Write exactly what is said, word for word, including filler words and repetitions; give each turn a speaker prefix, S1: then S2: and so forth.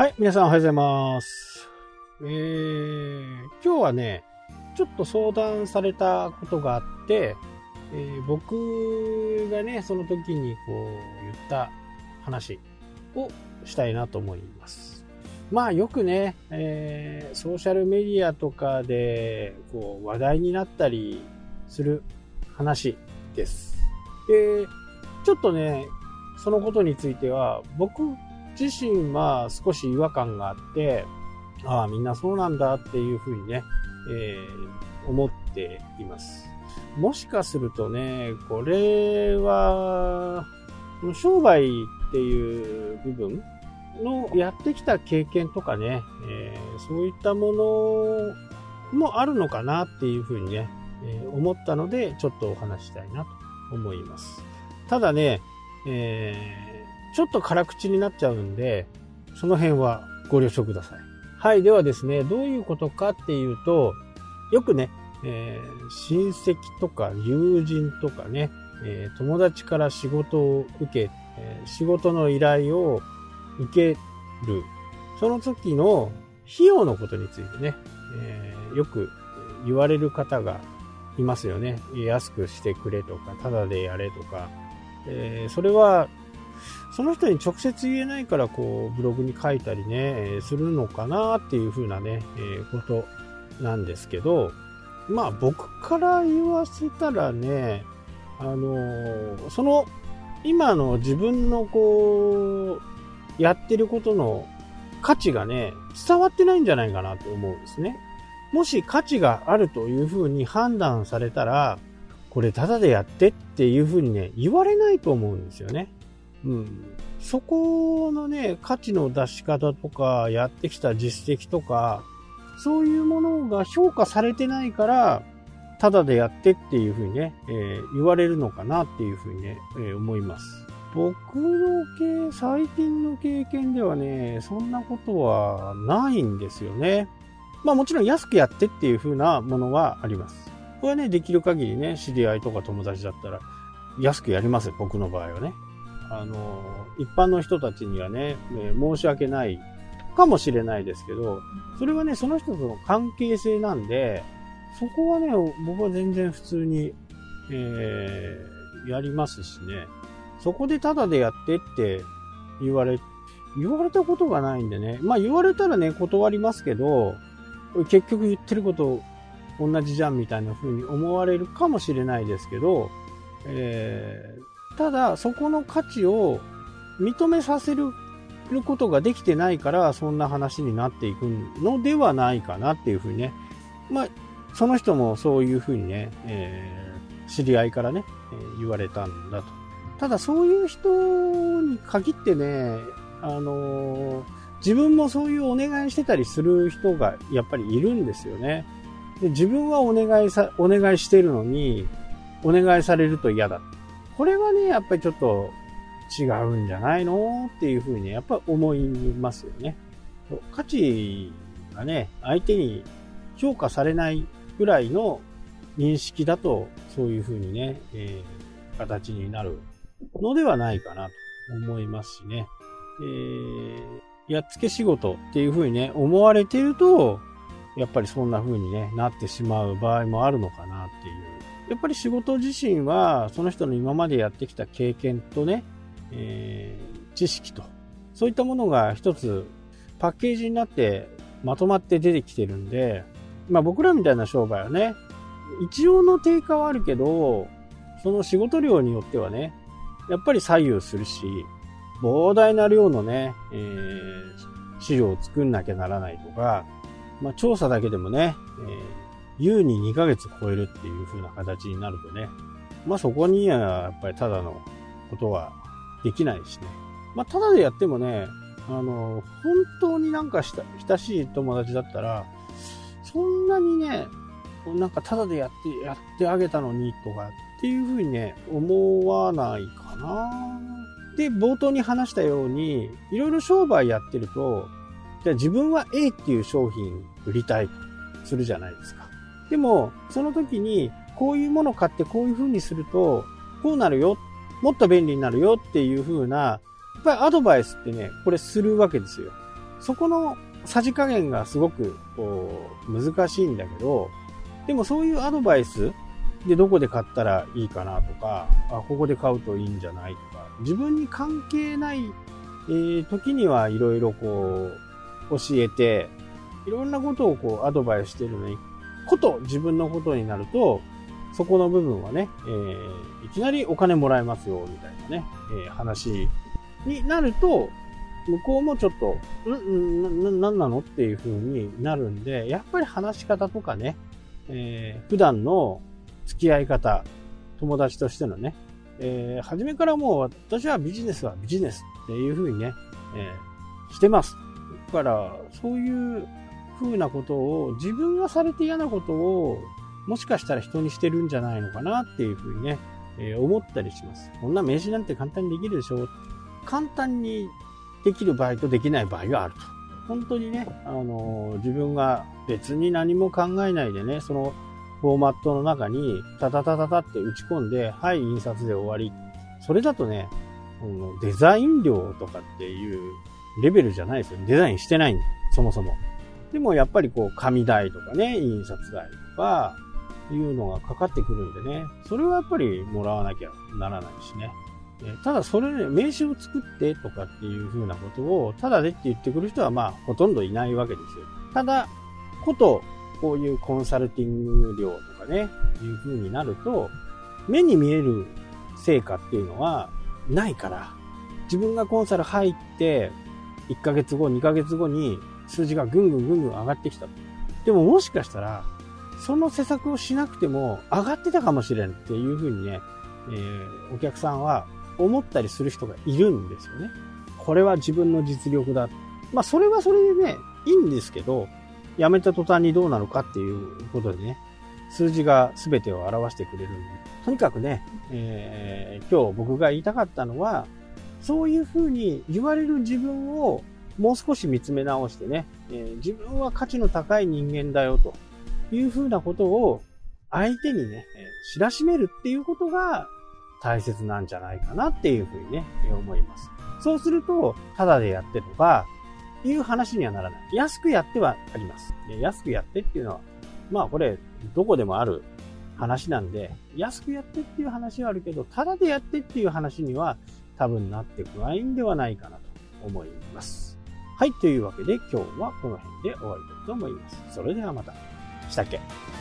S1: はい、皆さんおはようございます。えー、今日はね、ちょっと相談されたことがあって、えー、僕がね、その時にこう言った話をしたいなと思います。まあよくね、えー、ソーシャルメディアとかでこう話題になったりする話です。で、ちょっとね、そのことについては僕自身は少し違和感があって、ああみんなそうなんだっていうふうにね、えー、思っています。もしかするとね、これは商売っていう部分のやってきた経験とかね、えー、そういったものもあるのかなっていうふうにね、えー、思ったのでちょっとお話したいなと思います。ただね、えーちょっと辛口になっちゃうんで、その辺はご了承ください。はい、ではですね、どういうことかっていうと、よくね、えー、親戚とか友人とかね、えー、友達から仕事を受け、えー、仕事の依頼を受ける、その時の費用のことについてね、えー、よく言われる方がいますよね。安くしてくれとか、タダでやれとか、えー、それはその人に直接言えないからこうブログに書いたりねするのかなっていう風なね、えー、ことなんですけど、まあ僕から言わせたらね、あのー、その今の自分のこうやってることの価値がね伝わってないんじゃないかなと思うんですね。もし価値があるという風に判断されたら、これタダでやってっていう風にね言われないと思うんですよね。うん、そこのね価値の出し方とかやってきた実績とかそういうものが評価されてないからただでやってっていうふうにね、えー、言われるのかなっていうふうにね、えー、思います。僕の経最近の経験ではねそんなことはないんですよね。まあもちろん安くやってっていうふうなものはあります。これはねできる限りね知り合いとか友達だったら安くやりますよ、僕の場合はね。あの一般の人たちにはね、ね申し訳ないかもしれないですけど、それはねその人との関係性なんで、そこはね僕は全然普通に、えー、やりますしね。そこでタダでやってって言われ言われたことがないんでね、まあ言われたらね断りますけど、結局言ってること同じじゃんみたいな風に思われるかもしれないですけど、えーただそこの価値を認めさせることができてないからそんな話になっていくのではないかなっていうふうにね、まあその人もそういうふうにね、えー、知り合いからね、えー、言われたんだと。ただそういう人に限ってね、あのー、自分もそういうお願いしてたりする人がやっぱりいるんですよね。で自分はお願いさお願いしてるのにお願いされると嫌だ。これはね、やっぱりちょっと違うんじゃないのっていうふうにやっぱ思いますよね。価値がね、相手に評価されないぐらいの認識だと、そういうふうにね、えー、形になるのではないかなと思いますしね。えー、やっつけ仕事っていうふうにね、思われていると、やっぱりそんな風にね、なってしまう場合もあるのかなっていう。やっぱり仕事自身はその人の今までやってきた経験とね、えー、知識とそういったものが一つパッケージになってまとまって出てきてるんで、まあ僕らみたいな商売はね一応の定価はあるけどその仕事量によってはねやっぱり左右するし、膨大な量のね、えー、資料を作んなきゃならないとか、まあ調査だけでもね、えー優ににかげつ超えるっていう風な形になるとね、まあそこにはやっぱりただのことはできないしね。まあただでやってもね、あの、本当になんかした親しい友達だったら、そんなにね、なんかただでやって、やってあげたのにとかっていう風にね、思わないかな。で、冒頭に話したように、いろいろ商売やってると、じゃあ自分は A っていう商品売りたいとするじゃないですか。でも、その時に、こういうものを買ってこういう風にすると、こうなるよ、もっと便利になるよっていう風な、やっぱりアドバイスってね、これするわけですよ。 そこのさじ加減がすごくこう難しいんだけど、でもそういうアドバイスでどこで買ったらいいかなとか、あ、ここで買うといいんじゃないとか、自分に関係ない、えー、時にはいろいろこう教えて、いろんなことをこうアドバイスしてるのに、こと自分のことになると、そこの部分はね、えー、いきなりお金もらえますよみたいなね、えー、話になると、向こうもちょっと、んんな、なんなのっていう風になるんで、やっぱり話し方とかね、えー、普段の付き合い方、友達としてのね、えー、初めからもう私はビジネスはビジネスっていう風にね、えー、してます。だから、そういう風なことを、自分がされて嫌なことを、もしかしたら人にしてるんじゃないのかなっていう風にね、えー、思ったりします。こんな名刺なんて簡単にできるでしょ。簡単にできる場合とできない場合があると。本当にね、あのー、自分が別に何も考えないでね、そのフォーマットの中にタタタタタって打ち込んで、はい、印刷で終わり。それだとね、デザイン料とかっていうレベルじゃないですよ。デザインしてないんで、そもそも。でもやっぱりこう、紙代とかね、印刷代とか、いうのがかかってくるんでね、それはやっぱりもらわなきゃならないしね。ただそれね、名刺を作ってとかっていう風なことを、ただでって言ってくる人はまあほとんどいないわけですよ。ただ、こと、こういうコンサルティング料とかね、いう風になると、目に見える成果っていうのはないから、自分がコンサル入って、いっかげつご、にかげつごに数字がぐんぐんぐんぐん上がってきた。でももしかしたら、その施策をしなくても上がってたかもしれんっていう風にね、えー、お客さんは思ったりする人がいるんですよね。これは自分の実力だ。まあそれはそれでね、いいんですけど、辞めた途端にどうなのかっていうことでね、数字が全てを表してくれるんで。とにかくね、えー、今日僕が言いたかったのは、そういう風に言われる自分をもう少し見つめ直してね、えー、自分は価値の高い人間だよという風なことを相手にね、知らしめるっていうことが大切なんじゃないかなっていう風にね、思います。そうすると、ただでやってとか、いう話にはならない。安くやってはあります。安くやってっていうのは、まあこれ、どこでもある話なんで、安くやってっていう話はあるけど、ただでやってっていう話には多分なってこないんではないかなと思います。はい、というわけで今日はこの辺で終わりたいと思います。それではまた。したっけ